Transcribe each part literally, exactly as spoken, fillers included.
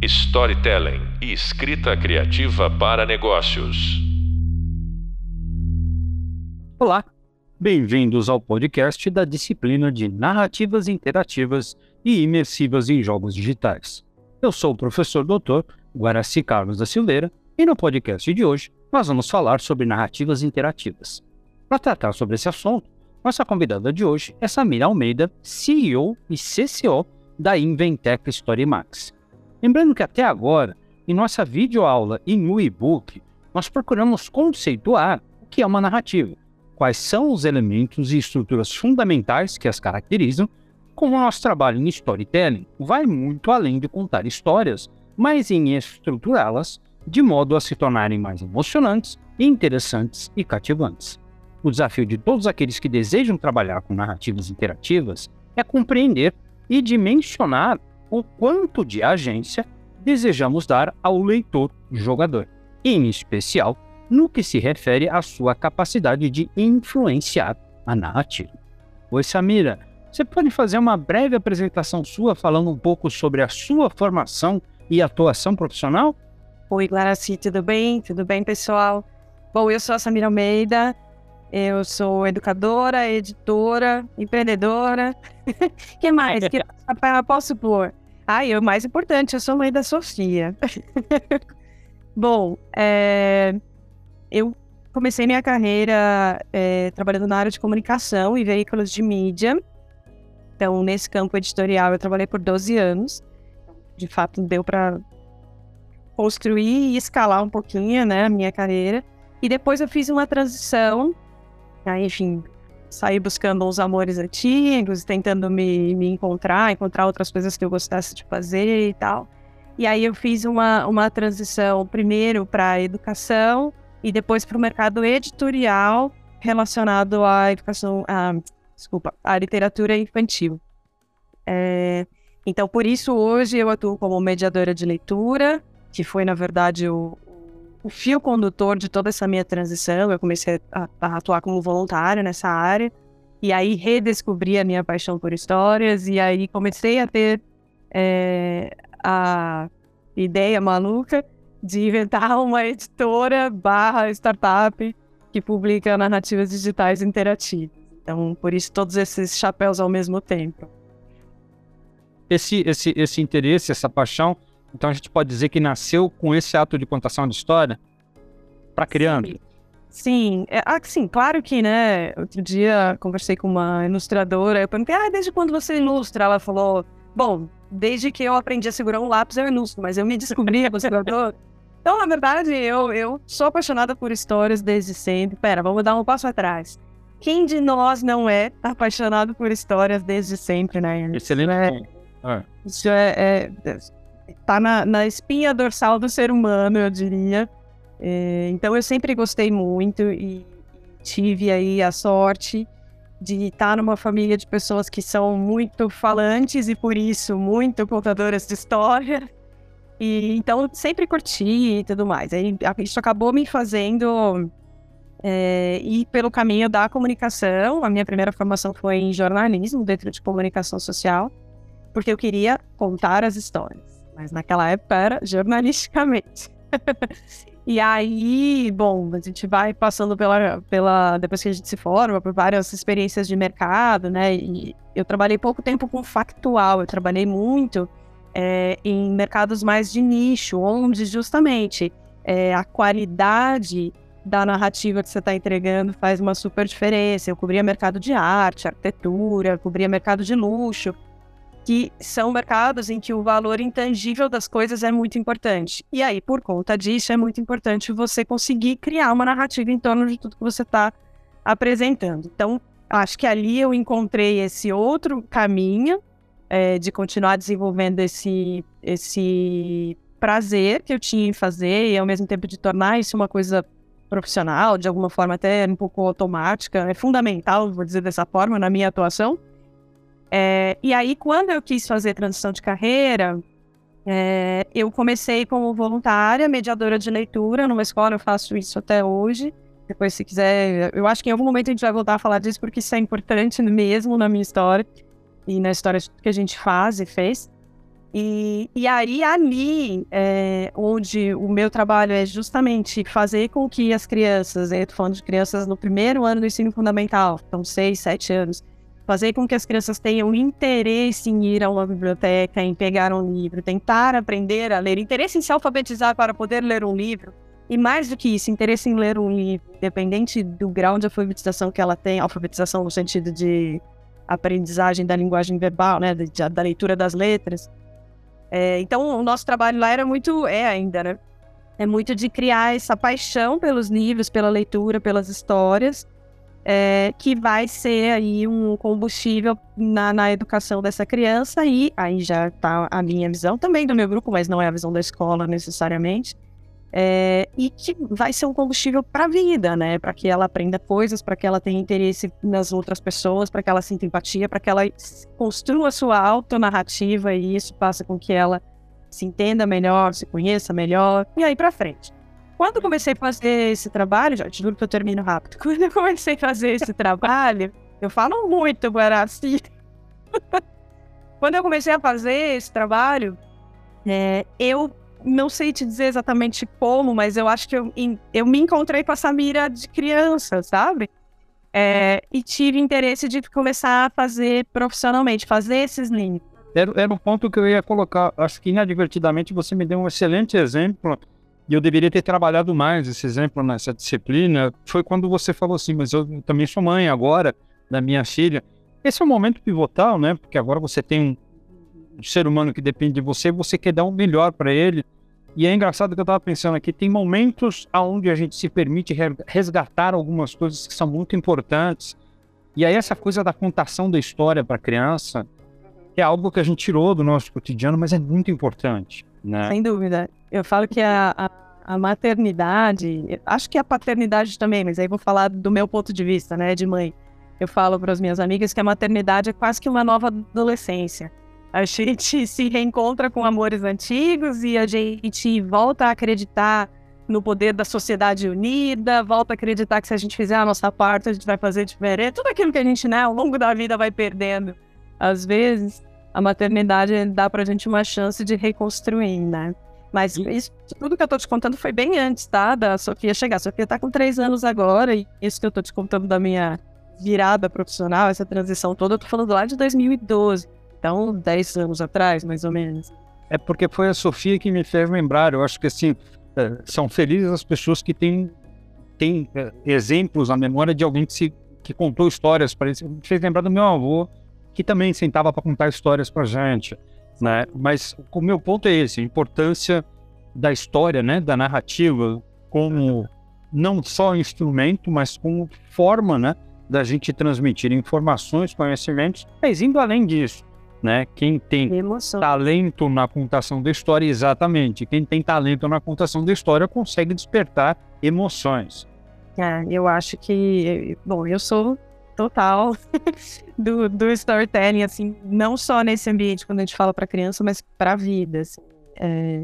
Storytelling e escrita criativa para negócios. Olá, bem-vindos ao podcast da disciplina de Narrativas Interativas e Imersivas em Jogos Digitais. Eu sou o professor doutor Guaraci Carlos da Silveira e no podcast de hoje nós vamos falar sobre narrativas interativas. Para tratar sobre esse assunto, nossa convidada de hoje é Samira Almeida, C E O e C C O da Inventec StoryMax. Lembrando que até agora, em nossa videoaula e no e-book, nós procuramos conceituar o que é uma narrativa, quais são os elementos e estruturas fundamentais que as caracterizam, como o nosso trabalho em storytelling vai muito além de contar histórias, mas em estruturá-las de modo a se tornarem mais emocionantes, interessantes e cativantes. O desafio de todos aqueles que desejam trabalhar com narrativas interativas é compreender e dimensionar o quanto de agência desejamos dar ao leitor-jogador, em especial no que se refere à sua capacidade de influenciar a narrativa. Oi, Samira, você pode fazer uma breve apresentação sua falando um pouco sobre a sua formação e atuação profissional? Oi, Guaraci, tudo bem? Tudo bem, pessoal? Bom, eu sou a Samira Almeida, eu sou educadora, editora, empreendedora. O que mais? Que posso pôr? Ah, e o mais importante, eu sou mãe da Sofia. Bom, é, eu comecei minha carreira é, trabalhando na área de comunicação e veículos de mídia. Então, nesse campo editorial, eu trabalhei por doze anos. De fato, deu para construir e escalar um pouquinho, né, a minha carreira. E depois eu fiz uma transição. Aí, enfim, saí buscando uns amores antigos, tentando me, me encontrar, encontrar outras coisas que eu gostasse de fazer e tal. E aí eu fiz uma, uma transição primeiro para a educação e depois para o mercado editorial relacionado à educação, à, desculpa, à literatura infantil. É, então, por isso, hoje eu atuo como mediadora de leitura, que foi, na verdade, o o fio condutor de toda essa minha transição. Eu comecei a, a atuar como voluntária nessa área, e aí redescobri a minha paixão por histórias, e aí comecei a ter é, a ideia maluca de inventar uma editora barra startup que publica narrativas digitais interativas. Então, por isso, todos esses chapéus ao mesmo tempo. Esse, esse, esse interesse, essa paixão, então a gente pode dizer que nasceu com esse ato de contação de história para criança? Sim, sim. É, ah, sim, claro que, né, outro dia conversei com uma ilustradora, eu perguntei, ah, desde quando você ilustra? Ela falou, bom, desde que eu aprendi a segurar um lápis eu ilustro, mas eu me descobri ilustrador. Então, na verdade, eu, eu sou apaixonada por histórias desde sempre. Pera, vamos dar um passo atrás. Quem de nós não é apaixonado por histórias desde sempre, né? Excelente. É, é. Isso é... é, é tá na, na espinha dorsal do ser humano, eu diria. É, então eu sempre gostei muito e, e tive aí a sorte de estar numa família de pessoas que são muito falantes e por isso muito contadoras de história. E então sempre curti e tudo mais. Aí isso acabou me fazendo é, ir pelo caminho da comunicação. A minha primeira formação foi em jornalismo, dentro de comunicação social, porque eu queria contar as histórias. Mas naquela época era jornalisticamente. E aí, bom, a gente vai passando pela, pela... Depois que a gente se forma, por várias experiências de mercado, né? E eu trabalhei pouco tempo com factual, eu trabalhei muito é, em mercados mais de nicho, onde justamente é, a qualidade da narrativa que você está entregando faz uma super diferença. Eu cobria mercado de arte, arquitetura, cobria mercado de luxo, que são mercados em que o valor intangível das coisas é muito importante. E aí, por conta disso, é muito importante você conseguir criar uma narrativa em torno de tudo que você está apresentando. Então, acho que ali eu encontrei esse outro caminho é, de continuar desenvolvendo esse, esse prazer que eu tinha em fazer e, ao mesmo tempo, de tornar isso uma coisa profissional, de alguma forma até um pouco automática. É fundamental, vou dizer dessa forma, na minha atuação. É, e aí, quando eu quis fazer transição de carreira, é, eu comecei como voluntária, mediadora de leitura numa escola, eu faço isso até hoje. Depois, se quiser, eu acho que em algum momento a gente vai voltar a falar disso, porque isso é importante mesmo na minha história e na história que a gente faz e fez. E, e aí, ali, é, onde o meu trabalho é justamente fazer com que as crianças, eu tô falando de crianças no primeiro ano do ensino fundamental, então seis, sete anos, fazer com que as crianças tenham interesse em ir a uma biblioteca, em pegar um livro, tentar aprender a ler, interesse em se alfabetizar para poder ler um livro, e mais do que isso, interesse em ler um livro, independente do grau de alfabetização que ela tem, alfabetização no sentido de aprendizagem da linguagem verbal, né, da, da leitura das letras. É, então, o nosso trabalho lá era muito, é ainda, né? É muito de criar essa paixão pelos livros, pela leitura, pelas histórias, é, que vai ser aí um combustível na, na educação dessa criança, e aí já está a minha visão também do meu grupo, mas não é a visão da escola necessariamente, é, e que vai ser um combustível para a vida, né? Para que ela aprenda coisas, para que ela tenha interesse nas outras pessoas, para que ela sinta empatia, para que ela construa sua autonarrativa, e isso passa com que ela se entenda melhor, se conheça melhor, e aí para frente. Quando eu comecei a fazer esse trabalho, já te juro que eu termino rápido, quando eu comecei a fazer esse trabalho, eu falo muito Guaraci. Quando eu comecei a fazer esse trabalho, é, eu não sei te dizer exatamente como, mas eu acho que eu, eu me encontrei com essa mira de criança, sabe? É, e tive interesse de começar a fazer profissionalmente, fazer esses livros. Era, era um ponto que eu ia colocar. Acho que inadvertidamente você me deu um excelente exemplo, e eu deveria ter trabalhado mais esse exemplo nessa disciplina. Foi quando você falou assim, mas eu também sou mãe agora da minha filha. Esse é um momento pivotal, né? Porque agora você tem um ser humano que depende de você, você quer dar o melhor para ele. E é engraçado que eu estava pensando aqui, tem momentos onde a gente se permite resgatar algumas coisas que são muito importantes. E aí essa coisa da contação da história para a criança é algo que a gente tirou do nosso cotidiano, mas é muito importante, né? Sem dúvida. Eu falo que a, a, a maternidade, acho que a paternidade também, mas aí vou falar do meu ponto de vista, né, de mãe. Eu falo para as minhas amigas que a maternidade é quase que uma nova adolescência. A gente se reencontra com amores antigos e a gente volta a acreditar no poder da sociedade unida, volta a acreditar que se a gente fizer a nossa parte, a gente vai fazer diferente. Tudo aquilo que a gente, né, ao longo da vida vai perdendo. Às vezes, a maternidade dá pra gente uma chance de reconstruir, né? Mas isso, tudo que eu tô te contando foi bem antes, tá? Da Sofia chegar. A Sofia tá com três anos agora, e isso que eu tô te contando da minha virada profissional, essa transição toda, eu tô falando lá de dois mil e doze. Então, dez anos atrás, mais ou menos. É porque foi a Sofia que me fez lembrar. Eu acho que, assim, são felizes as pessoas que têm, têm exemplos na memória de alguém que, se, que contou histórias para eles. Me fez lembrar do meu avô, que também sentava para contar histórias para a gente, né? Mas o meu ponto é esse, a importância da história, né? Da narrativa, como não só instrumento, mas como forma, né? Da gente transmitir informações, conhecimentos, mas indo além disso. Né? Quem tem Emoção. talento na contação da história, exatamente, quem tem talento na contação da história consegue despertar emoções. É, eu acho que, bom, eu sou total do, do storytelling, assim, não só nesse ambiente quando a gente fala para criança, mas para a vida, assim. É,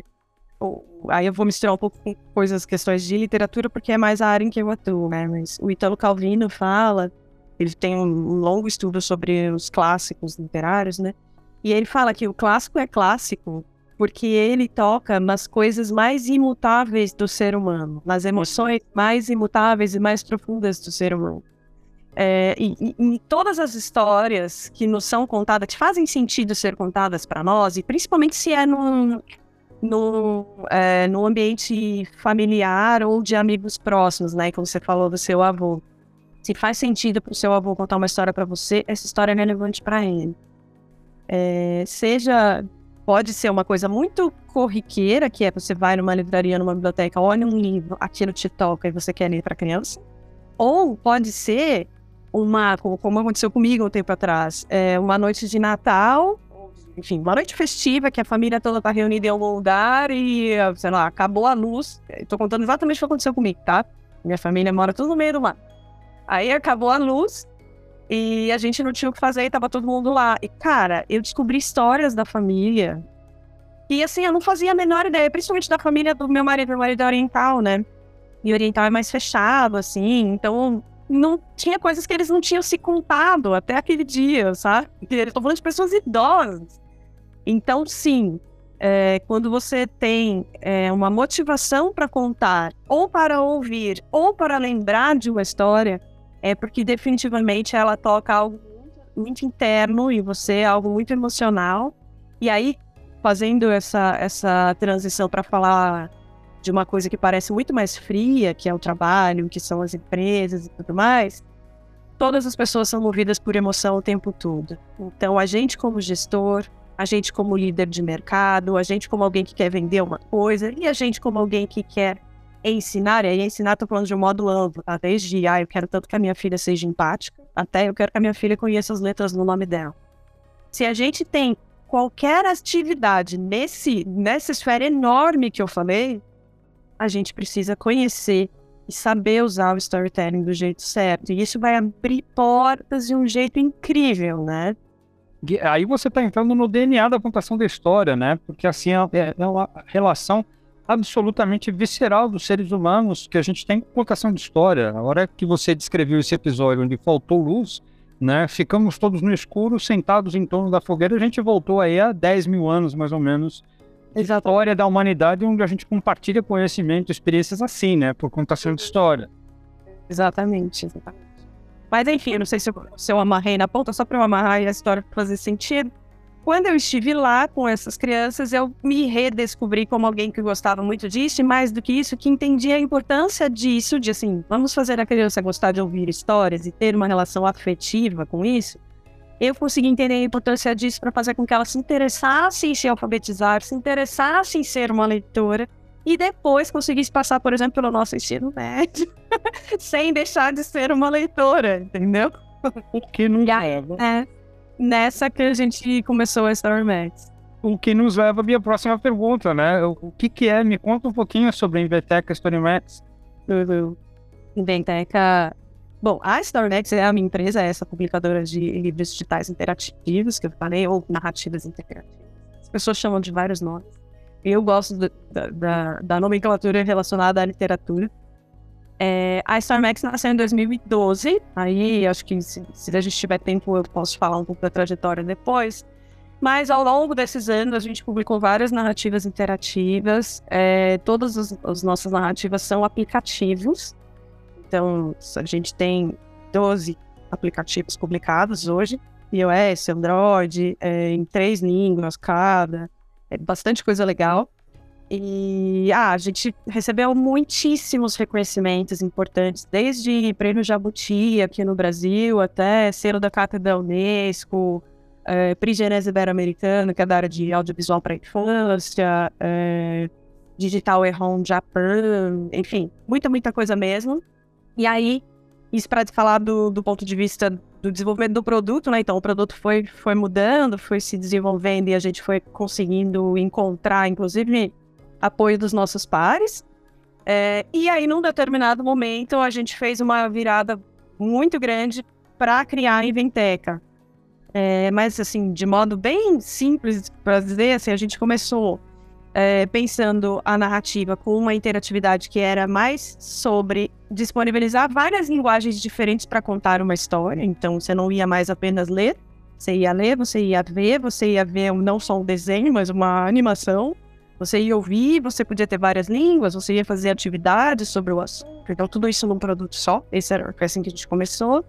aí eu vou misturar um pouco com coisas, questões de literatura, porque é mais a área em que eu atuo, né? Mas o Italo Calvino fala, ele tem um longo estudo sobre os clássicos literários, né? E ele fala que o clássico é clássico porque ele toca nas coisas mais imutáveis do ser humano, nas emoções mais imutáveis e mais profundas do ser humano. É, e, e, e todas as histórias que nos são contadas, que fazem sentido ser contadas para nós, e principalmente se é num, num, é, num ambiente familiar ou de amigos próximos, né? Como você falou do seu avô. Se faz sentido para o seu avô contar uma história para você, essa história é relevante para ele. É, seja, pode ser uma coisa muito corriqueira, que é você vai numa livraria, numa biblioteca, olha um livro, aquilo te toca e você quer ler para criança. Ou pode ser uma, como aconteceu comigo um tempo atrás, é, uma noite de Natal, enfim, uma noite festiva, que a família toda está reunida em algum lugar e, sei lá, acabou a luz. Estou contando exatamente o que aconteceu comigo, tá? Minha família mora tudo no meio do mar. Aí acabou a luz e a gente não tinha o que fazer e tava todo mundo lá. E, cara, eu descobri histórias da família e, assim, eu não fazia a menor ideia, principalmente da família do meu marido. Meu marido é oriental, né? E oriental é mais fechado, assim, então não tinha coisas que eles não tinham se contado até aquele dia, sabe? Eu tô falando de pessoas idosas. Então, sim, é, quando você tem é, uma motivação para contar, ou para ouvir, ou para lembrar de uma história, é porque definitivamente ela toca algo muito interno em você, algo muito emocional. E aí, fazendo essa, essa transição para falar de uma coisa que parece muito mais fria, que é o trabalho, que são as empresas e tudo mais, todas as pessoas são movidas por emoção o tempo todo. Então, a gente como gestor, a gente como líder de mercado, a gente como alguém que quer vender uma coisa, e a gente como alguém que quer ensinar, e aí ensinar estou falando de um modo amplo, tá? Desde, ah, eu quero tanto que a minha filha seja empática, até eu quero que a minha filha conheça as letras no nome dela. Se a gente tem qualquer atividade nesse, nessa esfera enorme que eu falei, a gente precisa conhecer e saber usar o storytelling do jeito certo. E isso vai abrir portas de um jeito incrível, né? Aí você está entrando no D N A da contação da história, né? Porque assim, é, é uma relação absolutamente visceral dos seres humanos que a gente tem com contação de história. A hora que você descreveu esse episódio onde faltou luz, né? Ficamos todos no escuro, sentados em torno da fogueira. A gente voltou aí a dez mil anos, mais ou menos, de história da humanidade, onde a gente compartilha conhecimento, experiências assim, né? Por contação de história. Exatamente, exatamente. Mas enfim, eu não sei se eu, se eu amarrei na ponta, só para eu amarrar e a história fazer sentido. Quando eu estive lá com essas crianças, eu me redescobri como alguém que gostava muito disso, e mais do que isso, que entendia a importância disso, de assim, vamos fazer a criança gostar de ouvir histórias e ter uma relação afetiva com isso. Eu consegui entender a importância disso para fazer com que ela se interessasse em se alfabetizar, se interessasse em ser uma leitora, e depois conseguisse passar, por exemplo, pelo nosso ensino médio, sem deixar de ser uma leitora, entendeu? O que nos leva... É nessa que a gente começou a StoryMax. O que nos leva à minha próxima pergunta, né? O que que é? Me conta um pouquinho sobre a Inveteca StoryMax. Uhum. Inveteca... Bom, a StoryMax é a minha empresa, é essa publicadora de livros digitais interativos, que eu falei, ou narrativas interativas. As pessoas chamam de vários nomes. Eu gosto do, da, da, da nomenclatura relacionada à literatura. É, a StoryMax nasceu em dois mil e doze, aí acho que se, se a gente tiver tempo eu posso falar um pouco da trajetória depois, mas ao longo desses anos a gente publicou várias narrativas interativas, é, todas as, as nossas narrativas são aplicativos, então a gente tem doze aplicativos publicados hoje, iOS, Android, é, em três línguas cada, é bastante coisa legal. E ah, a gente recebeu muitíssimos reconhecimentos importantes, desde Prêmio Jabuti aqui no Brasil, até selo da Cátedra da Unesco, é, Prix Genese Ibero-Americano, que é da área de audiovisual para a infância, é, Digital E-Home Japan, enfim, muita, muita coisa mesmo. E aí, isso para falar do, do ponto de vista do desenvolvimento do produto, né? Então, o produto foi, foi mudando, foi se desenvolvendo e a gente foi conseguindo encontrar, inclusive, apoio dos nossos pares, é, e aí num determinado momento a gente fez uma virada muito grande para criar a Inventeca, é, mas assim, de modo bem simples para dizer, assim, a gente começou é, pensando a narrativa com uma interatividade que era mais sobre disponibilizar várias linguagens diferentes para contar uma história, então você não ia mais apenas ler, você ia ler, você ia ver, você ia ver não só um desenho, mas uma animação. Você ia ouvir, você podia ter várias línguas, você ia fazer atividades sobre o assunto. Então, tudo isso num produto só. Esse era assim que a gente começou.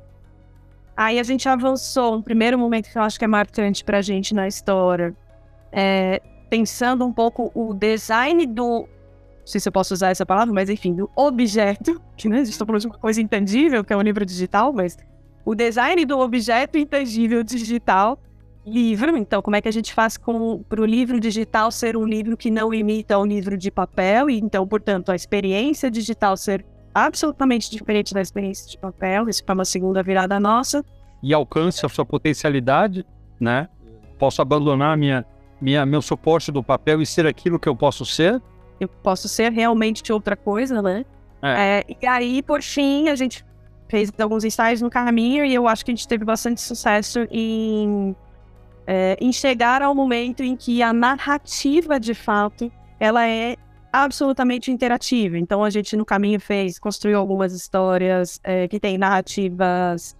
Aí a gente avançou. Um primeiro momento que eu acho que é marcante pra gente na história, é, pensando um pouco o design do... Não sei se eu posso usar essa palavra, mas enfim, do objeto. Que, né, a gente está falando de uma coisa intangível, que é um livro digital, mas o design do objeto intangível digital livro. Então, como é que a gente faz para o livro digital ser um livro que não imita um livro de papel e, então, portanto, a experiência digital ser absolutamente diferente da experiência de papel. Isso foi uma segunda virada nossa. E alcance a sua potencialidade, né? Posso abandonar minha, minha, meu suporte do papel e ser aquilo que eu posso ser. Eu posso ser realmente outra coisa, né? É. É, e aí, por fim, a gente fez alguns ensaios no caminho e eu acho que a gente teve bastante sucesso em... É, em chegar ao momento em que a narrativa, de fato, ela é absolutamente interativa. Então, a gente, no caminho, fez, construiu algumas histórias é, que têm narrativas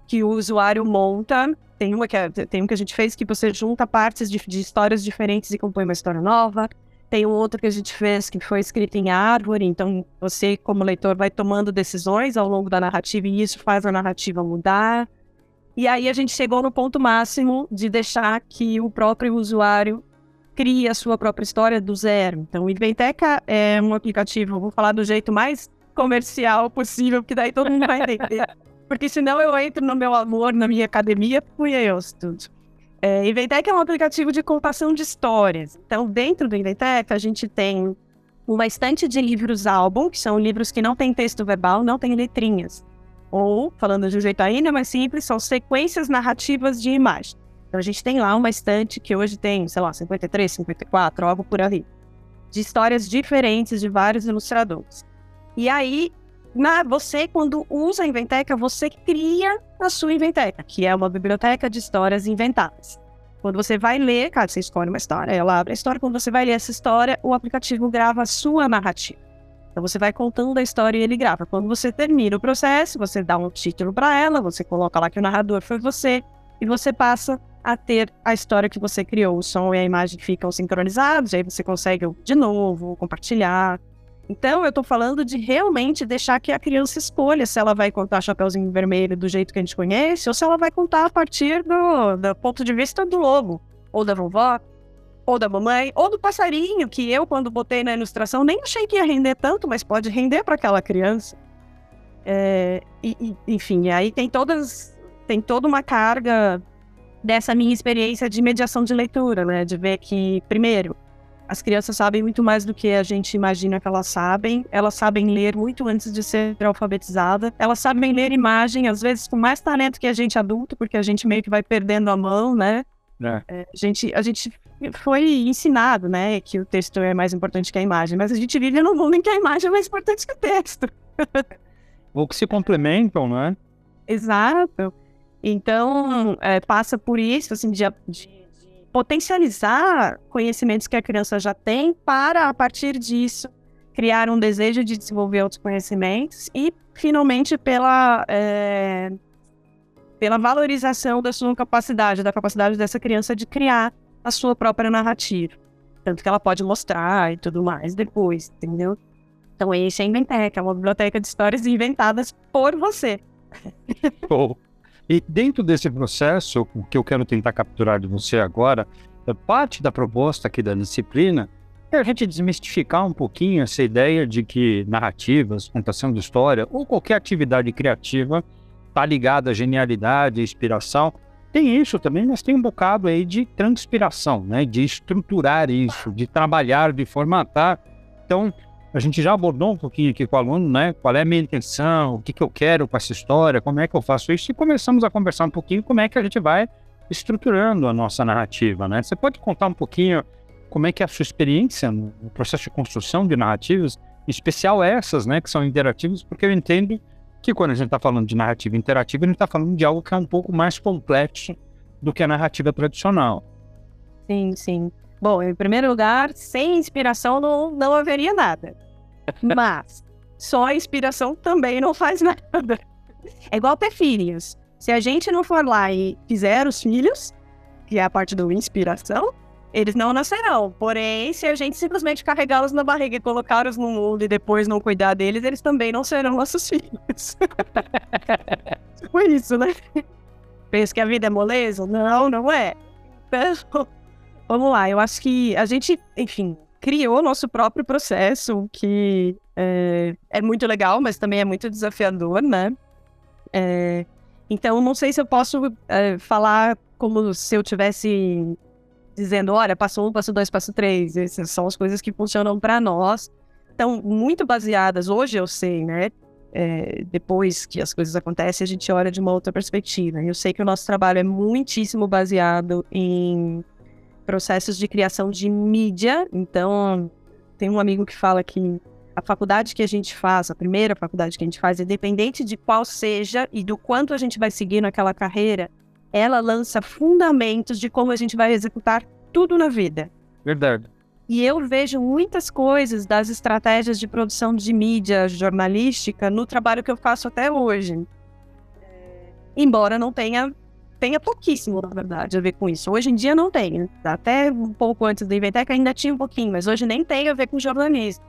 que o usuário monta. Tem uma que, é, tem uma que a gente fez que você junta partes de, de histórias diferentes e compõe uma história nova. Tem um outro que a gente fez que foi escrito em árvore, então você, como leitor, vai tomando decisões ao longo da narrativa e isso faz a narrativa mudar. E aí a gente chegou no ponto máximo de deixar que o próprio usuário crie a sua própria história do zero. Então, o Inventeca é um aplicativo, vou falar do jeito mais comercial possível, porque daí todo mundo vai entender. Porque senão eu entro no meu amor, na minha academia, fui eu tudo. É, Inventeca é um aplicativo de contação de histórias. Então, dentro do Inventeca, a gente tem uma estante de livros-álbum, que são livros que não tem texto verbal, não tem letrinhas. Ou, falando de um jeito ainda mais simples, são sequências narrativas de imagem. Então, a gente tem lá uma estante que hoje tem, sei lá, cinquenta e três, cinquenta e quatro, algo por ali, de histórias diferentes de vários ilustradores. E aí, na, você, quando usa a Inventeca, você cria a sua Inventeca, que é uma biblioteca de histórias inventadas. Quando você vai ler, cara, você escolhe uma história, ela abre a história, quando você vai ler essa história, o aplicativo grava a sua narrativa. Então, você vai contando a história e ele grava. Quando você termina o processo, você dá um título para ela, você coloca lá que o narrador foi você, e você passa a ter a história que você criou. O som e a imagem ficam sincronizados, aí você consegue de novo compartilhar. Então, eu tô falando de realmente deixar que a criança escolha se ela vai contar Chapeuzinho Vermelho do jeito que a gente conhece, ou se ela vai contar a partir do, do ponto de vista do lobo, ou da vovó, ou da mamãe, ou do passarinho, que eu, quando botei na ilustração, nem achei que ia render tanto, mas pode render para aquela criança. É, e, e, enfim, aí tem todas, tem toda uma carga dessa minha experiência de mediação de leitura, né? De ver que, primeiro, as crianças sabem muito mais do que a gente imagina que elas sabem. Elas sabem ler muito antes de ser alfabetizada. Elas sabem ler imagem, às vezes com mais talento que a gente adulto, porque a gente meio que vai perdendo a mão, né? É. É, a, gente, a gente foi ensinado, né, que o texto é mais importante que a imagem, mas a gente vive num mundo em que a imagem é mais importante que o texto. Ou que se complementam, né? Exato. Então, é, passa por isso, assim, de, de, de potencializar conhecimentos que a criança já tem para, a partir disso, criar um desejo de desenvolver outros conhecimentos e, finalmente, pela, é, pela valorização da sua capacidade, da capacidade dessa criança de criar a sua própria narrativa. Tanto que ela pode mostrar e tudo mais depois, entendeu? Então, esse é a Inventeca, é uma biblioteca de histórias inventadas por você. Oh. E dentro desse processo, o que eu quero tentar capturar de você agora, parte da proposta aqui da disciplina é a gente desmistificar um pouquinho essa ideia de que narrativas, contação de história ou qualquer atividade criativa está ligada à genialidade, à inspiração. Tem isso também, mas tem um bocado aí de transpiração, né? De estruturar isso, de trabalhar, de formatar. Então, a gente já abordou um pouquinho aqui com o aluno, né? Qual é a minha intenção, o que, que eu quero com essa história, como é que eu faço isso, e começamos a conversar um pouquinho como é que a gente vai estruturando a nossa narrativa, né? Você pode contar um pouquinho como é que é a sua experiência no processo de construção de narrativas, em especial essas, né, que são interativas, porque eu entendo que quando a gente está falando de narrativa interativa, a gente está falando de algo que é um pouco mais complexo do que a narrativa tradicional. Sim, sim. Bom, em primeiro lugar, sem inspiração não, não haveria nada. Mas só a inspiração também não faz nada. É igual ter filhos. Se a gente não for lá e fizer os filhos, que é a parte da inspiração, eles não nascerão. Porém, se a gente simplesmente carregá-los na barriga e colocá-los no mundo e depois não cuidar deles, eles também não serão nossos filhos. Foi isso, né? Pensa que a vida é moleza? Não, não é. Então, vamos lá, eu acho que a gente, enfim, criou nosso próprio processo, que é, é muito legal, mas também é muito desafiador, né? É, então, não sei se eu posso é, falar como se eu tivesse dizendo, olha, passo um, passo dois, passo três. Essas são as coisas que funcionam para nós. Então, muito baseadas, hoje eu sei, né? É, depois que as coisas acontecem, a gente olha de uma outra perspectiva. Eu sei que o nosso trabalho é muitíssimo baseado em processos de criação de mídia. Então, tem um amigo que fala que a faculdade que a gente faz, a primeira faculdade que a gente faz, independente de qual seja e do quanto a gente vai seguir naquela carreira, ela lança fundamentos de como a gente vai executar tudo na vida. Verdade. E eu vejo muitas coisas das estratégias de produção de mídia jornalística no trabalho que eu faço até hoje. embora não tenha, tenha pouquíssimo, na verdade, a ver com isso. Hoje em dia não tem, até um pouco antes do Inventec ainda tinha um pouquinho, mas hoje nem tem a ver com jornalismo.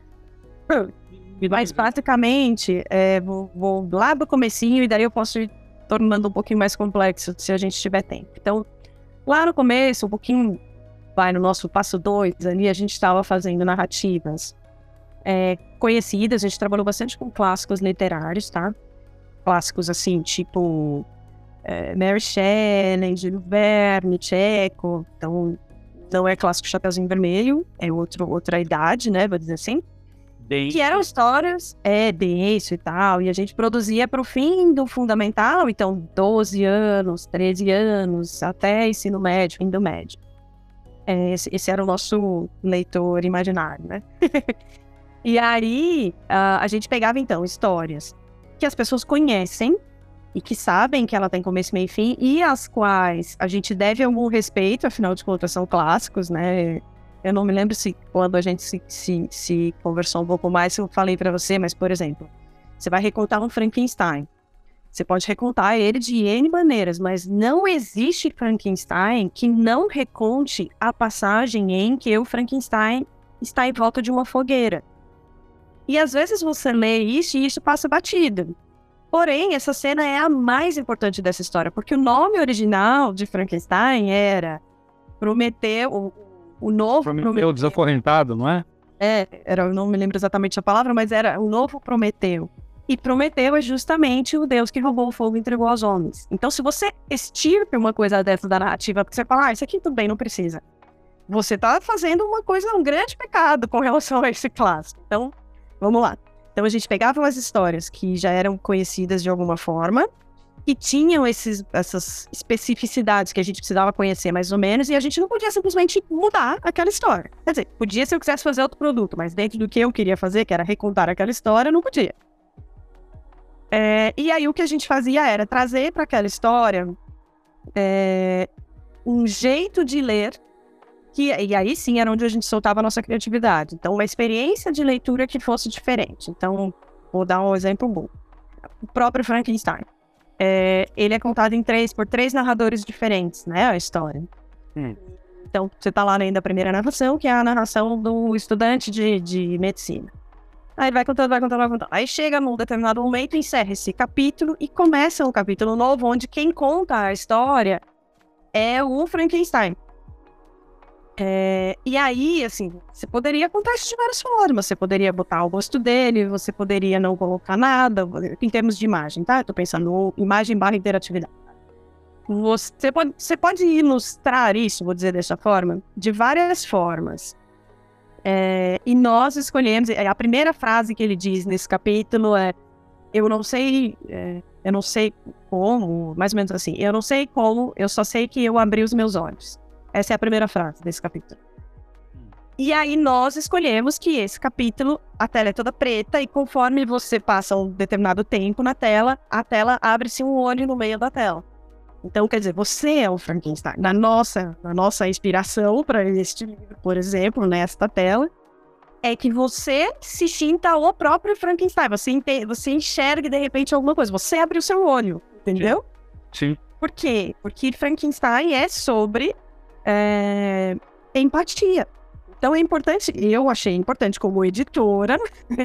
Mas basicamente, é, vou, vou lá do comecinho e daí eu posso ir tornando um pouquinho mais complexo se a gente tiver tempo. Então, lá no começo, um pouquinho, vai no nosso passo dois ali, a gente estava fazendo narrativas é, conhecidas, a gente trabalhou bastante com clássicos literários, tá? Clássicos assim, tipo é, Mary Shelley, Júlio Verne, Checo, então não é clássico Chapeuzinho Vermelho, é outro, outra idade, né, vou dizer assim. Denso. Que eram histórias, é, denso e tal, e a gente produzia para o fim do fundamental, então doze anos, treze anos, até ensino médio, fim do médio. É, esse, esse era o nosso leitor imaginário, né? E aí, a, a gente pegava, então, histórias que as pessoas conhecem e que sabem que ela tem começo, meio e fim, e às quais a gente deve algum respeito, afinal de contas são clássicos, né? Eu não me lembro se quando a gente se, se, se conversou um pouco mais, eu falei para você, mas, por exemplo, você vai recontar um Frankenstein. Você pode recontar ele de N maneiras, mas não existe Frankenstein que não reconte a passagem em que o Frankenstein está em volta de uma fogueira. E às vezes você lê isso e isso passa batido. Porém, essa cena é a mais importante dessa história, porque o nome original de Frankenstein era Prometeu, o novo Prometeu, Prometeu. desacorrentado, não é? É, era, eu não me lembro exatamente a palavra, mas era o novo Prometeu. E Prometeu é justamente o Deus que roubou o fogo e entregou aos homens. Então, se você extirpe uma coisa dessa da narrativa, porque você fala, ah, isso aqui tudo bem, não precisa. Você está fazendo uma coisa, um grande pecado com relação a esse clássico. Então, vamos lá. Então, a gente pegava umas histórias que já eram conhecidas de alguma forma, que tinham esses, essas especificidades que a gente precisava conhecer mais ou menos, e a gente não podia simplesmente mudar aquela história. Quer dizer, podia se eu quisesse fazer outro produto, mas dentro do que eu queria fazer, que era recontar aquela história, não podia. É, e aí o que a gente fazia era trazer para aquela história é, um jeito de ler, que, e aí sim era onde a gente soltava a nossa criatividade. Então, uma experiência de leitura que fosse diferente. Então, vou dar um exemplo bom. O próprio Frankenstein. É, ele é contado em três, por três narradores diferentes, né, a história. Hum. Então, você tá lá lendo a primeira narração, que é a narração do estudante de, de medicina. Aí ele vai contando, vai contando, vai contando. Aí chega num determinado momento, encerra esse capítulo e começa um capítulo novo, onde quem conta a história é o Frankenstein. É, e aí, assim, você poderia contar isso de várias formas. Você poderia botar o rosto dele, você poderia não colocar nada, em termos de imagem, tá? Eu tô pensando em imagem barra interatividade. Você pode, você pode ilustrar isso, vou dizer dessa forma, de várias formas. É, e nós escolhemos, a primeira frase que ele diz nesse capítulo é: eu não sei, é, eu não sei como, mais ou menos assim, eu não sei como, eu só sei que eu abri os meus olhos. Essa é a primeira frase desse capítulo. E aí nós escolhemos que esse capítulo, a tela é toda preta, e conforme você passa um determinado tempo na tela, a tela abre-se um olho no meio da tela. Então, quer dizer, você é o Frankenstein. Na nossa, na nossa inspiração para este livro, por exemplo, nesta tela, é que você se sinta o próprio Frankenstein. Você, ente- você enxergue, de repente, alguma coisa. Você abre o seu olho, entendeu? Sim. Por quê? Porque Frankenstein é sobre é, empatia. Então é importante, eu achei importante como editora,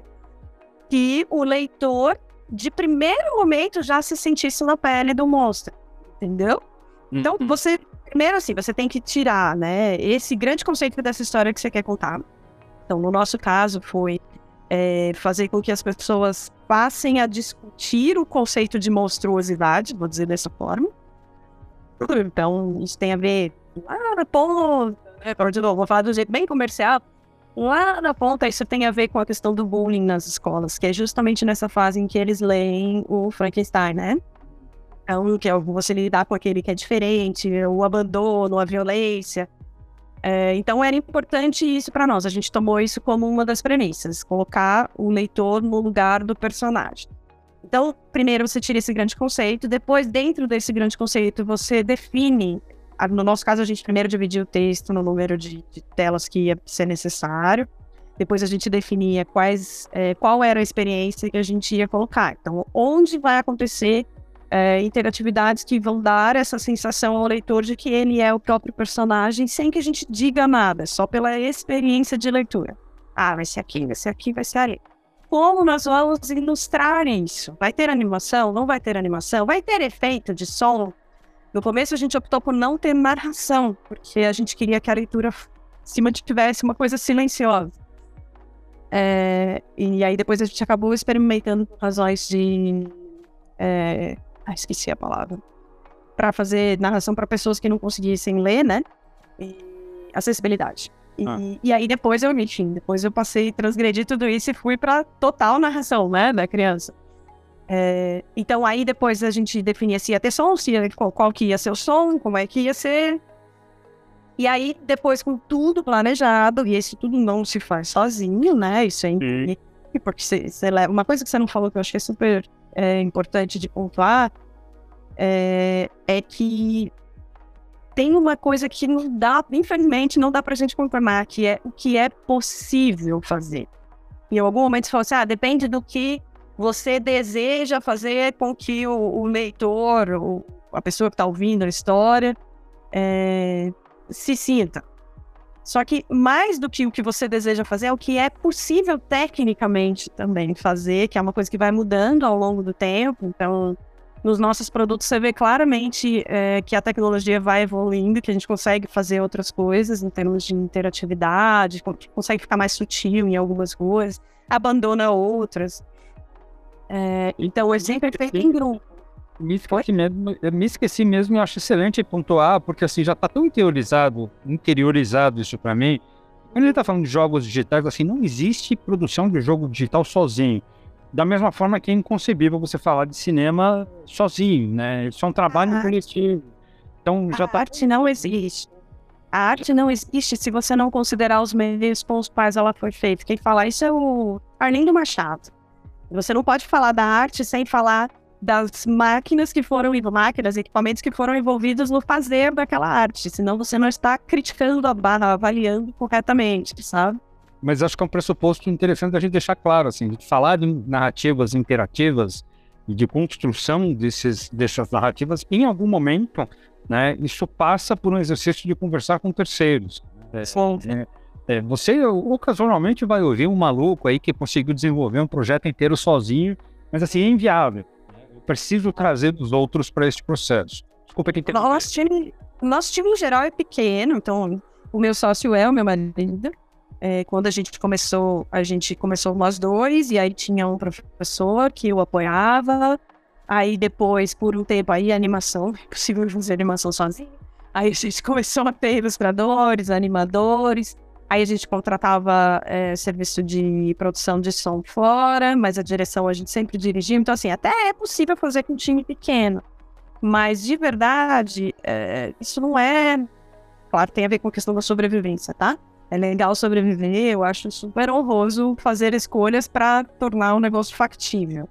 que o leitor, de primeiro momento, já se sentisse na pele do monstro. Entendeu? Então, Uhum. você, primeiro assim, você tem que tirar, né, esse grande conceito dessa história que você quer contar. Então, no nosso caso, foi é, fazer com que as pessoas passem a discutir o conceito de monstruosidade, vou dizer dessa forma. Então, isso tem a ver lá na ponta, né, de novo, vou falar do jeito bem comercial, lá na ponta isso tem a ver com a questão do bullying nas escolas, que é justamente nessa fase em que eles leem o Frankenstein, né? Então, que é você lidar com aquele que é diferente, o abandono, a violência. É, então, era importante isso para nós. A gente tomou isso como uma das premissas, colocar o leitor no lugar do personagem. Então, primeiro você tira esse grande conceito, depois, dentro desse grande conceito, você define. No nosso caso, a gente primeiro dividia o texto no número de, de telas que ia ser necessário. Depois a gente definia quais, é, qual era a experiência que a gente ia colocar. Então, onde vai acontecer é, interatividades que vão dar essa sensação ao leitor de que ele é o próprio personagem sem que a gente diga nada, só pela experiência de leitura. Ah, vai ser aqui, vai ser aqui, vai ser ali. Como nós vamos ilustrar isso? Vai ter animação? Não vai ter animação? Vai ter efeito de som? No começo a gente optou por não ter narração, porque a gente queria que a leitura se mantivesse uma coisa silenciosa. É, e aí depois a gente acabou experimentando por razões de... É, ah, esqueci a palavra. Para fazer narração para pessoas que não conseguissem ler, né? E acessibilidade. E, ah. e aí depois eu, enfim, depois eu passei a transgredir tudo isso e fui para total narração, né, da criança. É, então aí depois a gente definia se ia ter som, se ia, qual, qual que ia ser o som, como é que ia ser. E aí depois com tudo planejado, e isso tudo não se faz sozinho, né, isso é importante, porque você, você leva, uma coisa que você não falou que eu acho que é super é, importante de pontuar, é, é que tem uma coisa que não dá, infelizmente, não dá pra gente confirmar, que é o que é possível fazer. Em algum momento você fala assim, ah, depende do que você deseja fazer com que o, o leitor, ou a pessoa que está ouvindo a história, é, se sinta. Só que mais do que o que você deseja fazer, é o que é possível tecnicamente também fazer, que é uma coisa que vai mudando ao longo do tempo. Então, nos nossos produtos você vê claramente é, que a tecnologia vai evoluindo, que a gente consegue fazer outras coisas em termos de interatividade, consegue ficar mais sutil em algumas coisas, abandona outras. É, então, é sempre feito em grupo. Me esqueci, mesmo, me esqueci mesmo e acho excelente pontuar, porque assim, já está tão interiorizado, interiorizado isso para mim. Quando ele está falando de jogos digitais, assim, não existe produção de jogo digital sozinho. Da mesma forma que é inconcebível você falar de cinema sozinho, né? Isso é um trabalho a coletivo. Então, já a tá... arte não existe. A arte não existe se você não considerar os meios com os quais ela foi feita. Quem fala isso é o Arlindo Machado. Você não pode falar da arte sem falar das máquinas que foram, máquinas, equipamentos que foram envolvidos no fazer daquela arte. Senão você não está criticando a barra, avaliando corretamente, sabe? Mas acho que é um pressuposto interessante a gente deixar claro, assim, de falar de narrativas interativas e de construção desses, dessas narrativas, em algum momento, né, isso passa por um exercício de conversar com terceiros. É, é, é, você ocasionalmente vai ouvir um maluco aí que conseguiu desenvolver um projeto inteiro sozinho, mas assim, é inviável. Eu preciso trazer os outros para esse processo. Desculpa que nosso time, nosso time em geral é pequeno, então o meu sócio é o meu marido. É, quando a gente começou, a gente começou nós dois, e aí tinha um professor que o apoiava, aí depois, por um tempo, aí a animação, é possível fazer animação sozinho, aí a gente começou a ter ilustradores, animadores, aí a gente contratava é, serviço de produção de som fora, mas a direção a gente sempre dirigia, então assim, até é possível fazer com um time pequeno, mas de verdade, é, isso não é, claro, tem a ver com a questão da sobrevivência, tá? É legal sobreviver, eu acho super honroso fazer escolhas para tornar o negócio factível.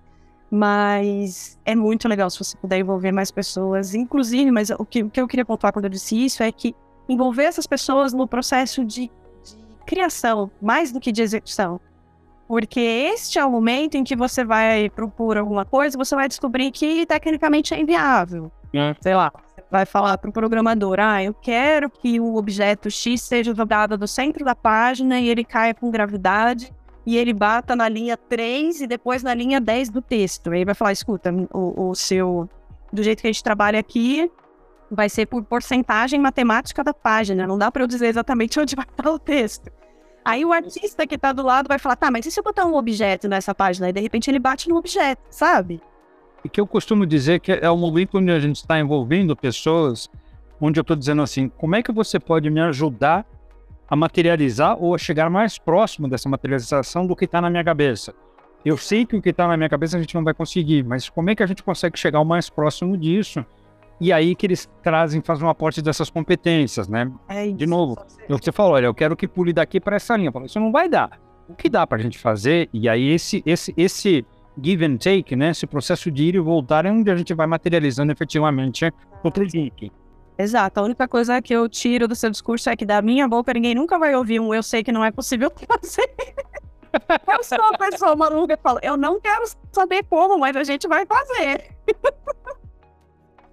Mas é muito legal se você puder envolver mais pessoas, inclusive, mas o que, o que eu queria pontuar quando eu disse isso é que envolver essas pessoas no processo de, de criação, mais do que de execução. Porque este é o momento em que você vai propor alguma coisa, você vai descobrir que tecnicamente é inviável. É. Sei lá. Vai falar para o programador, ah, eu quero que o objeto X seja jogado do centro da página e ele caia com gravidade e ele bata na linha três e depois na linha dez do texto. Aí ele vai falar, escuta, o, o seu, do jeito que a gente trabalha aqui, vai ser por porcentagem matemática da página, não dá para eu dizer exatamente onde vai estar o texto. Aí o artista que está do lado vai falar, tá, mas e se eu botar um objeto nessa página? E de repente ele bate no objeto, sabe? E que eu costumo dizer que é o momento onde a gente está envolvendo pessoas, onde eu estou dizendo assim, como é que você pode me ajudar a materializar ou a chegar mais próximo dessa materialização do que está na minha cabeça? Eu sei que o que está na minha cabeça a gente não vai conseguir, mas como é que a gente consegue chegar o mais próximo disso? E aí que eles trazem, fazem um aporte dessas competências, né? É isso. De novo, você falou, olha, eu quero que pule daqui para essa linha. Eu falo, isso não vai dar. O que dá para a gente fazer? E aí esse... esse, esse give and take, né? Esse processo de ir e voltar é onde a gente vai materializando efetivamente o presente. Exato. A única coisa que eu tiro do seu discurso é que da minha boca ninguém nunca vai ouvir um eu sei que não é possível fazer. Eu sou uma pessoa maluca que fala, eu não quero saber como, mas a gente vai fazer.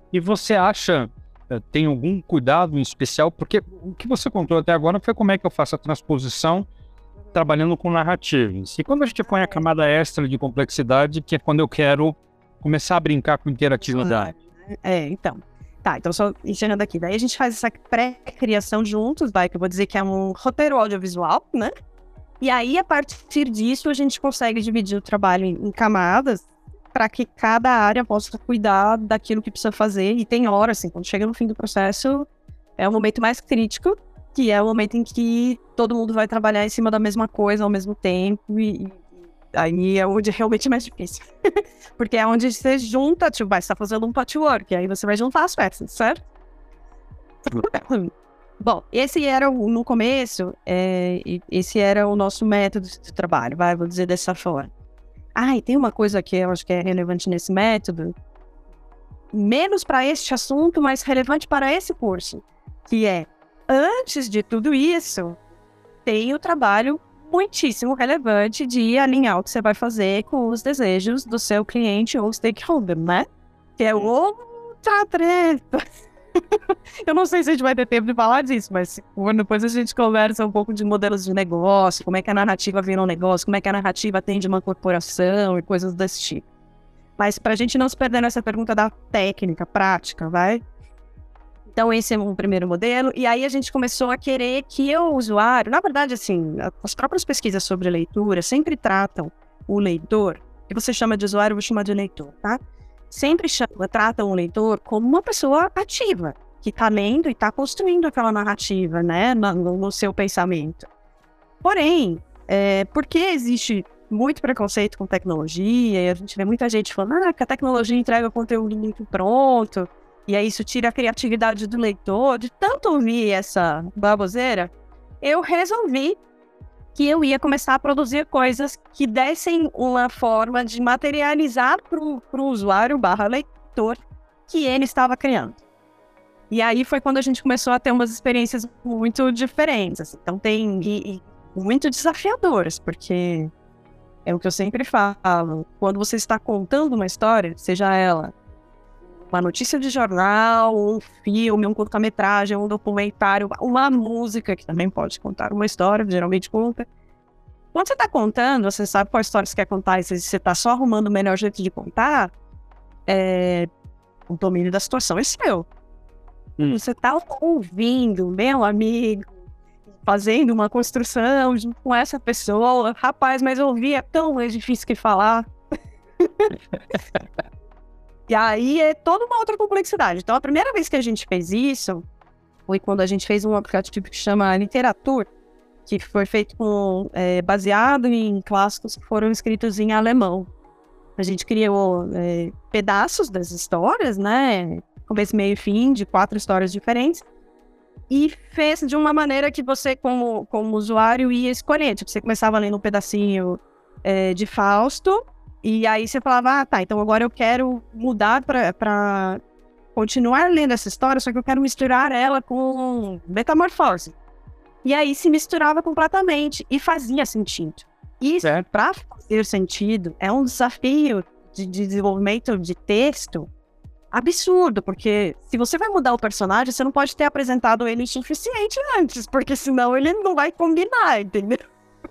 E você acha, tem algum cuidado em especial? Porque o que você contou até agora foi como é que eu faço a transposição trabalhando com narrativas. E quando a gente põe a camada extra de complexidade, que é quando eu quero começar a brincar com interatividade. É, então. Tá, então só enxergando aqui. Daí a gente faz essa pré-criação juntos, vai, que eu vou dizer que é um roteiro audiovisual, né? E aí, a partir disso, a gente consegue dividir o trabalho em, em camadas para que cada área possa cuidar daquilo que precisa fazer. E tem hora, assim, quando chega no fim do processo, é o momento mais crítico, que é o momento em que todo mundo vai trabalhar em cima da mesma coisa ao mesmo tempo, e, e aí é onde realmente é mais difícil. Porque é onde você junta, tipo, vai, você tá fazendo um patchwork, aí você vai juntar as peças, certo? Bom, esse era, o, no começo, é, esse era o nosso método de trabalho, vai, vou dizer dessa forma. Ah, e tem uma coisa que eu acho que é relevante nesse método, menos para este assunto, mas relevante para esse curso, que é, antes de tudo isso, tem o trabalho muitíssimo relevante de alinhar o que você vai fazer com os desejos do seu cliente ou stakeholder, né? Que é outra treta. Eu não sei se a gente vai ter tempo de falar disso, mas depois a gente conversa um pouco de modelos de negócio, como é que a narrativa vira um negócio, como é que a narrativa atende uma corporação e coisas desse tipo. Mas pra gente não se perder nessa pergunta da técnica, prática, vai? Então, esse é um primeiro modelo. E aí, a gente começou a querer que o usuário... Na verdade, assim, as próprias pesquisas sobre leitura sempre tratam o leitor, que você chama de usuário, eu vou chamar de leitor, tá? Sempre chama, tratam o leitor como uma pessoa ativa, que está lendo e está construindo aquela narrativa, né, no, no seu pensamento. Porém, é, porque existe muito preconceito com tecnologia, e a gente vê muita gente falando ah, que a tecnologia entrega conteúdo muito pronto, e aí isso tira a criatividade do leitor. De tanto ouvir essa baboseira, eu resolvi que eu ia começar a produzir coisas que dessem uma forma de materializar para o usuário barra leitor que ele estava criando. E aí foi quando a gente começou a ter umas experiências muito diferentes. Então tem e, e muito desafiadoras, porque é o que eu sempre falo, quando você está contando uma história, seja ela uma notícia de jornal, um filme, um curta-metragem, um documentário, uma música, que também pode contar uma história, geralmente conta. Quando você está contando, você sabe qual história você quer contar, e se você está só arrumando o melhor jeito de contar, é... o domínio da situação é seu. Hum. Você está ouvindo, meu amigo, fazendo uma construção junto com essa pessoa, rapaz, mas ouvir é tão mais difícil que falar. E aí é toda uma outra complexidade. Então, a primeira vez que a gente fez isso foi quando a gente fez um aplicativo que chama Literatur, que foi feito com, é, baseado em clássicos que foram escritos em alemão. A gente criou é, pedaços das histórias, né? Começo, meio e fim, de quatro histórias diferentes. E fez de uma maneira que você, como, como usuário, ia escolher. Tipo, você começava lendo um pedacinho é, de Fausto, e aí você falava, ah, tá, então agora eu quero mudar para continuar lendo essa história, só que eu quero misturar ela com Metamorfose. E aí se misturava completamente e fazia sentido. Isso, para fazer sentido, é um desafio de, de desenvolvimento de texto absurdo, porque se você vai mudar o personagem, você não pode ter apresentado ele o suficiente antes, porque senão ele não vai combinar, entendeu?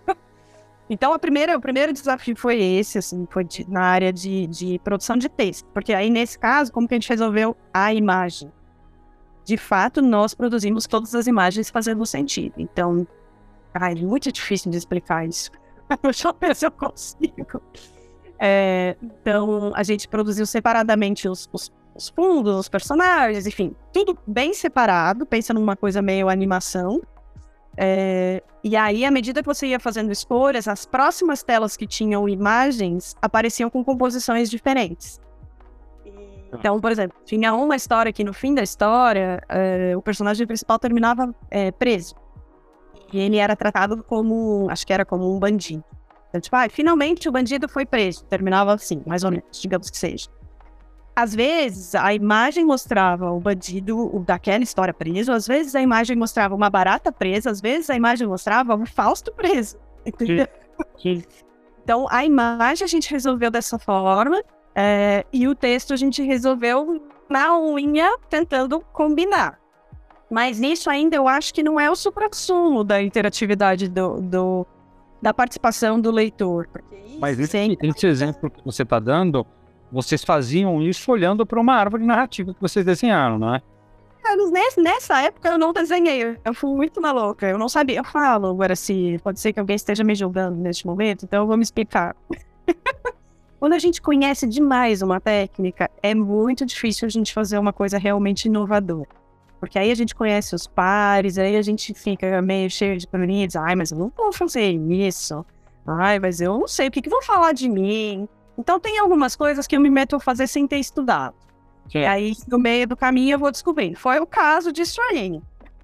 Então, a primeira, o primeiro desafio foi esse, assim, foi de, na área de, de produção de texto. Porque aí, nesse caso, como que a gente resolveu a imagem? De fato, nós produzimos todas as imagens fazendo sentido. Então, ai, é muito difícil de explicar isso. Deixa eu ver se eu consigo. É, então, a gente produziu separadamente os, os, os fundos, os personagens, enfim, tudo bem separado, pensa numa coisa meio animação. É, e aí, à medida que você ia fazendo escolhas, as próximas telas que tinham imagens apareciam com composições diferentes. Então, por exemplo, tinha uma história que no fim da história, é, o personagem principal terminava é, preso. E ele era tratado como, acho que era como um bandido. Então, tipo, ah, finalmente o bandido foi preso. Terminava assim, mais ou menos, digamos que seja. Às vezes, a imagem mostrava o bandido o daquela história preso, às vezes a imagem mostrava uma barata presa, às vezes a imagem mostrava um Fausto preso, entendeu? Sim. Sim. Então, a imagem a gente resolveu dessa forma, é, e o texto a gente resolveu na unha tentando combinar. Mas isso ainda eu acho que não é o suprassumo da interatividade do, do, da participação do leitor. Mas esse, sempre... esse exemplo que você está dando, vocês faziam isso olhando para uma árvore narrativa que vocês desenharam, não é? Nessa época eu não desenhei, eu fui muito maluca, eu não sabia. Eu falo, agora se pode ser que alguém esteja me julgando neste momento, então eu vou me explicar. Quando a gente conhece demais uma técnica, é muito difícil a gente fazer uma coisa realmente inovadora. Porque aí a gente conhece os pares, aí a gente fica meio cheio de probleminha, diz, ai, mas eu não vou fazer isso. Ai, mas eu não sei o que, que vão falar de mim. Então tem algumas coisas que eu me meto a fazer sem ter estudado. E aí, no meio do caminho, eu vou descobrindo. Foi o caso de Strain.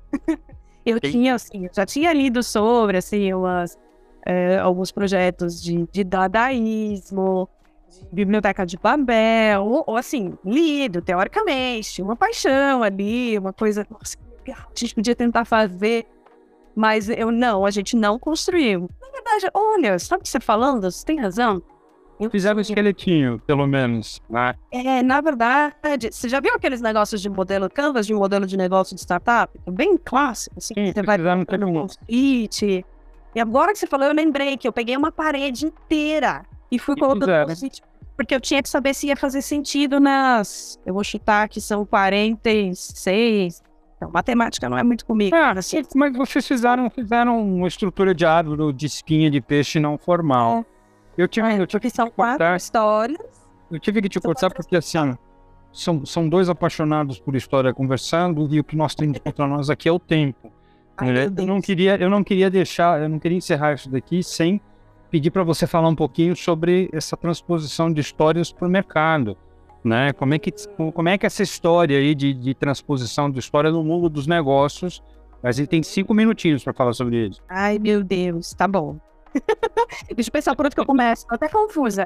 eu Sim. tinha, assim, eu já tinha lido sobre, assim, umas, é, alguns projetos de, de dadaísmo, de biblioteca de Babel, ou, ou, assim, lido, teoricamente, uma paixão ali, uma coisa, nossa, que legal, a gente podia tentar fazer, mas eu não, a gente não construiu. Na verdade, olha, sabe o que você está falando? Você tem razão. Fizeram um esqueletinho, pelo menos, né? É, na verdade, você já viu aqueles negócios de modelo Canvas, de modelo de negócio de startup? Bem clássico, assim. Sim, você vai todo mundo. E agora que você falou, eu lembrei que eu peguei uma parede inteira e fui colocando post-it, porque eu tinha que saber se ia fazer sentido nas... Eu vou chutar que são quarenta e seis... Então, matemática não é muito comigo. Ah, assim, mas vocês fizeram, fizeram uma estrutura de árvore de espinha de peixe não formal. É. Eu tive, é, eu tive que são quatro histórias. Eu tive que te cortar porque, assim, são, são dois apaixonados por história conversando e o que nós temos contra nós aqui é o tempo. Ai, eu, não queria, eu não queria deixar, eu não queria encerrar isso daqui sem pedir para você falar um pouquinho sobre essa transposição de histórias para o mercado, né? Como é que, como é que essa história aí de, de transposição de história no mundo dos negócios, a gente tem cinco minutinhos para falar sobre isso. Ai, meu Deus, tá bom. Deixa eu pensar por onde que eu começo, tô até confusa.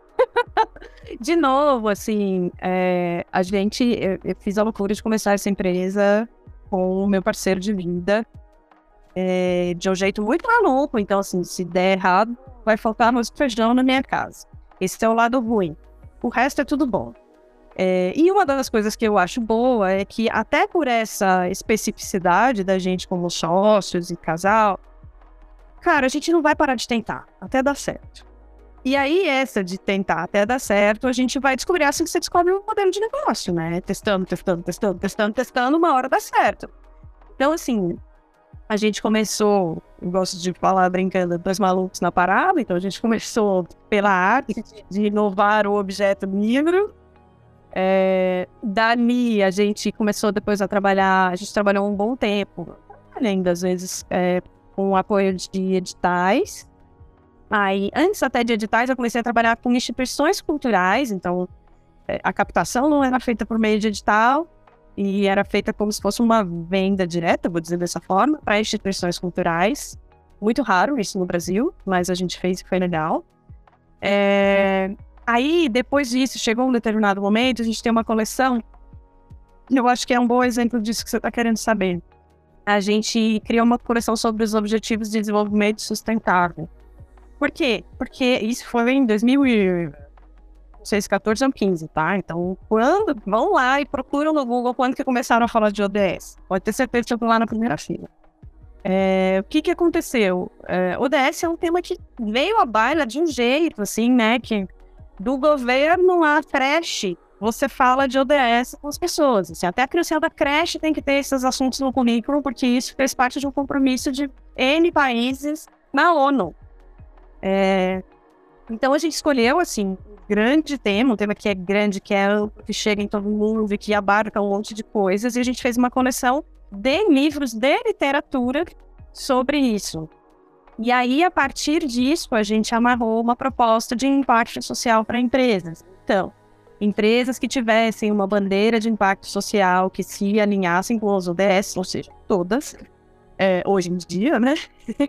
De novo, assim, é, a gente, eu, eu fiz a loucura de começar essa empresa com o meu parceiro de vida, é, de um jeito muito maluco. Então, assim, se der errado, vai faltar arroz e feijão na minha casa. Esse é o lado ruim. O resto é tudo bom. É, e uma das coisas que eu acho boa é que, até por essa especificidade da gente como sócios e casal, cara, a gente não vai parar de tentar, até dar certo. E aí, essa de tentar até dar certo, a gente vai descobrir assim que você descobre um modelo de negócio, né? Testando, testando, testando, testando, testando, uma hora dá certo. Então, assim, a gente começou, eu gosto de falar brincando, dois malucos na parada, então a gente começou pela arte de inovar o objeto livro. É, dali, a gente começou depois a trabalhar, a gente trabalhou um bom tempo, ainda às vezes... É, com o apoio de editais. Aí, antes até de editais, eu comecei a trabalhar com instituições culturais, então a captação não era feita por meio de edital, e era feita como se fosse uma venda direta, vou dizer dessa forma, para instituições culturais. Muito raro isso no Brasil, mas a gente fez e foi legal. É... Aí, depois disso, chegou um determinado momento, a gente tem uma coleção, eu acho que é um bom exemplo disso que você está querendo saber. A gente criou uma coleção sobre os Objetivos de Desenvolvimento Sustentável. Por quê? Porque isso foi em dois mil e quatorze ou quinze, tá? Então, quando... Vão lá e procuram no Google quando que começaram a falar de O D S. Pode ter certeza que eu tô lá na primeira fila. É, o que que aconteceu? É, O D S é um tema que veio à baila de um jeito, assim, né? Que do governo à creche, você fala de O D S com as pessoas. Assim, até a criança da creche tem que ter esses assuntos no currículo, porque isso fez parte de um compromisso de N países na ONU. É, então a gente escolheu, assim, um grande tema, um tema que é grande, que é amplo, que chega em todo mundo e que abarca um monte de coisas, e a gente fez uma coleção de livros de literatura sobre isso. E aí, a partir disso, a gente amarrou uma proposta de impacto social para empresas. Então, empresas que tivessem uma bandeira de impacto social, que se alinhassem com os O D S, ou seja, todas, é, hoje em dia, né,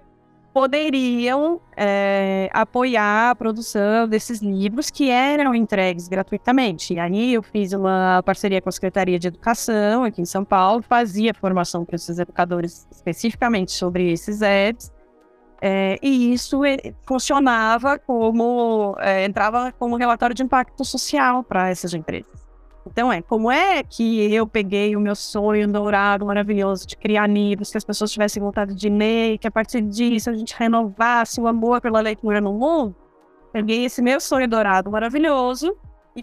poderiam é, apoiar a produção desses livros que eram entregues gratuitamente. E aí eu fiz uma parceria com a Secretaria de Educação aqui em São Paulo, fazia formação para esses educadores especificamente sobre esses apps, é, e isso é, funcionava como, é, entrava como relatório de impacto social para essas empresas. Então é, como é que eu peguei o meu sonho dourado, maravilhoso, de criar livros, que as pessoas tivessem vontade de ler, que a partir disso a gente renovasse o amor pela leitura no mundo? Peguei esse meu sonho dourado, maravilhoso, e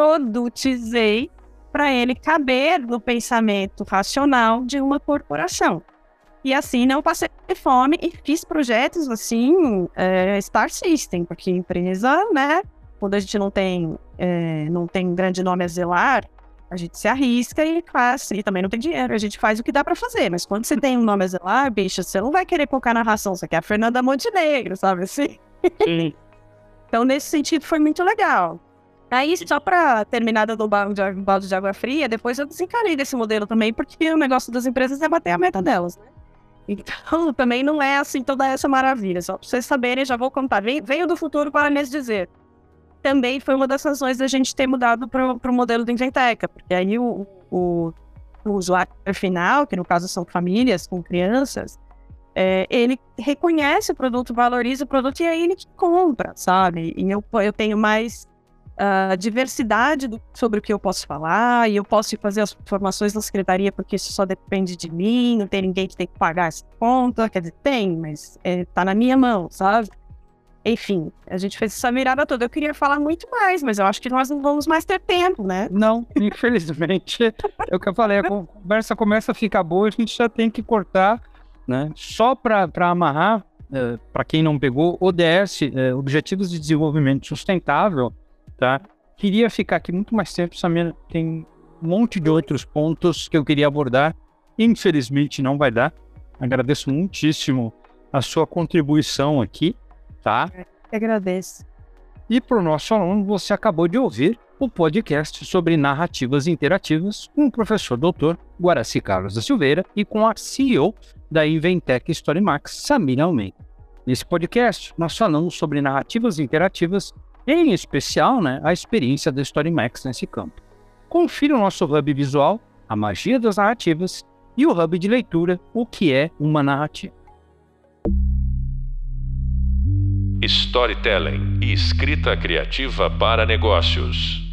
produtizei para ele caber no pensamento racional de uma corporação. E assim não passei fome e fiz projetos assim, é, Star System, porque empresa, né, quando a gente não tem, é, não tem grande nome a zelar, a gente se arrisca e faz, e também não tem dinheiro, a gente faz o que dá para fazer, mas quando você tem um nome a zelar, bicho, você não vai querer colocar narração, você quer a Fernanda Montenegro, sabe assim? Sim. Então nesse sentido foi muito legal. Aí, só para terminar dando um balde de, um balde de água fria, depois eu desencanei desse modelo também, porque o negócio das empresas é bater a meta delas, né? Então, também não é assim toda essa maravilha. Só para vocês saberem, já vou contar. Veio, veio do futuro para lhes dizer. Também foi uma das razões da gente ter mudado para o modelo do Inventeca, porque aí o, o, o usuário final, que no caso são famílias com crianças, é, ele reconhece o produto, valoriza o produto e é ele que compra, sabe? E eu, eu tenho mais uh, diversidade do, sobre o que eu posso falar, e eu posso fazer as formações na secretaria porque isso só depende de mim, não tem ninguém que tem que pagar essa conta, quer dizer, tem, mas é, tá na minha mão, sabe? Enfim, a gente fez essa virada toda. Eu queria falar muito mais, mas eu acho que nós não vamos mais ter tempo, né? Não, infelizmente, é o que eu falei, a conversa começa a ficar boa, a gente já tem que cortar, né? Só para amarrar, é, para quem não pegou, O D S, é, Objetivos de Desenvolvimento Sustentável, tá? Queria ficar aqui muito mais tempo, Samira, tem um monte de outros pontos que eu queria abordar, infelizmente não vai dar. Agradeço muitíssimo a sua contribuição aqui, tá? Eu agradeço. E para o nosso aluno, você acabou de ouvir o podcast sobre narrativas interativas com o professor doutor Guaraci Carlos da Silveira e com a C E O da Inventec StoryMax, Samira Almeida. Nesse podcast, nós falamos sobre narrativas interativas, em especial, né, a experiência da StoryMax nesse campo. Confira o nosso hub visual, a magia das narrativas, e o hub de leitura, o que é uma narrativa. Storytelling e escrita criativa para negócios.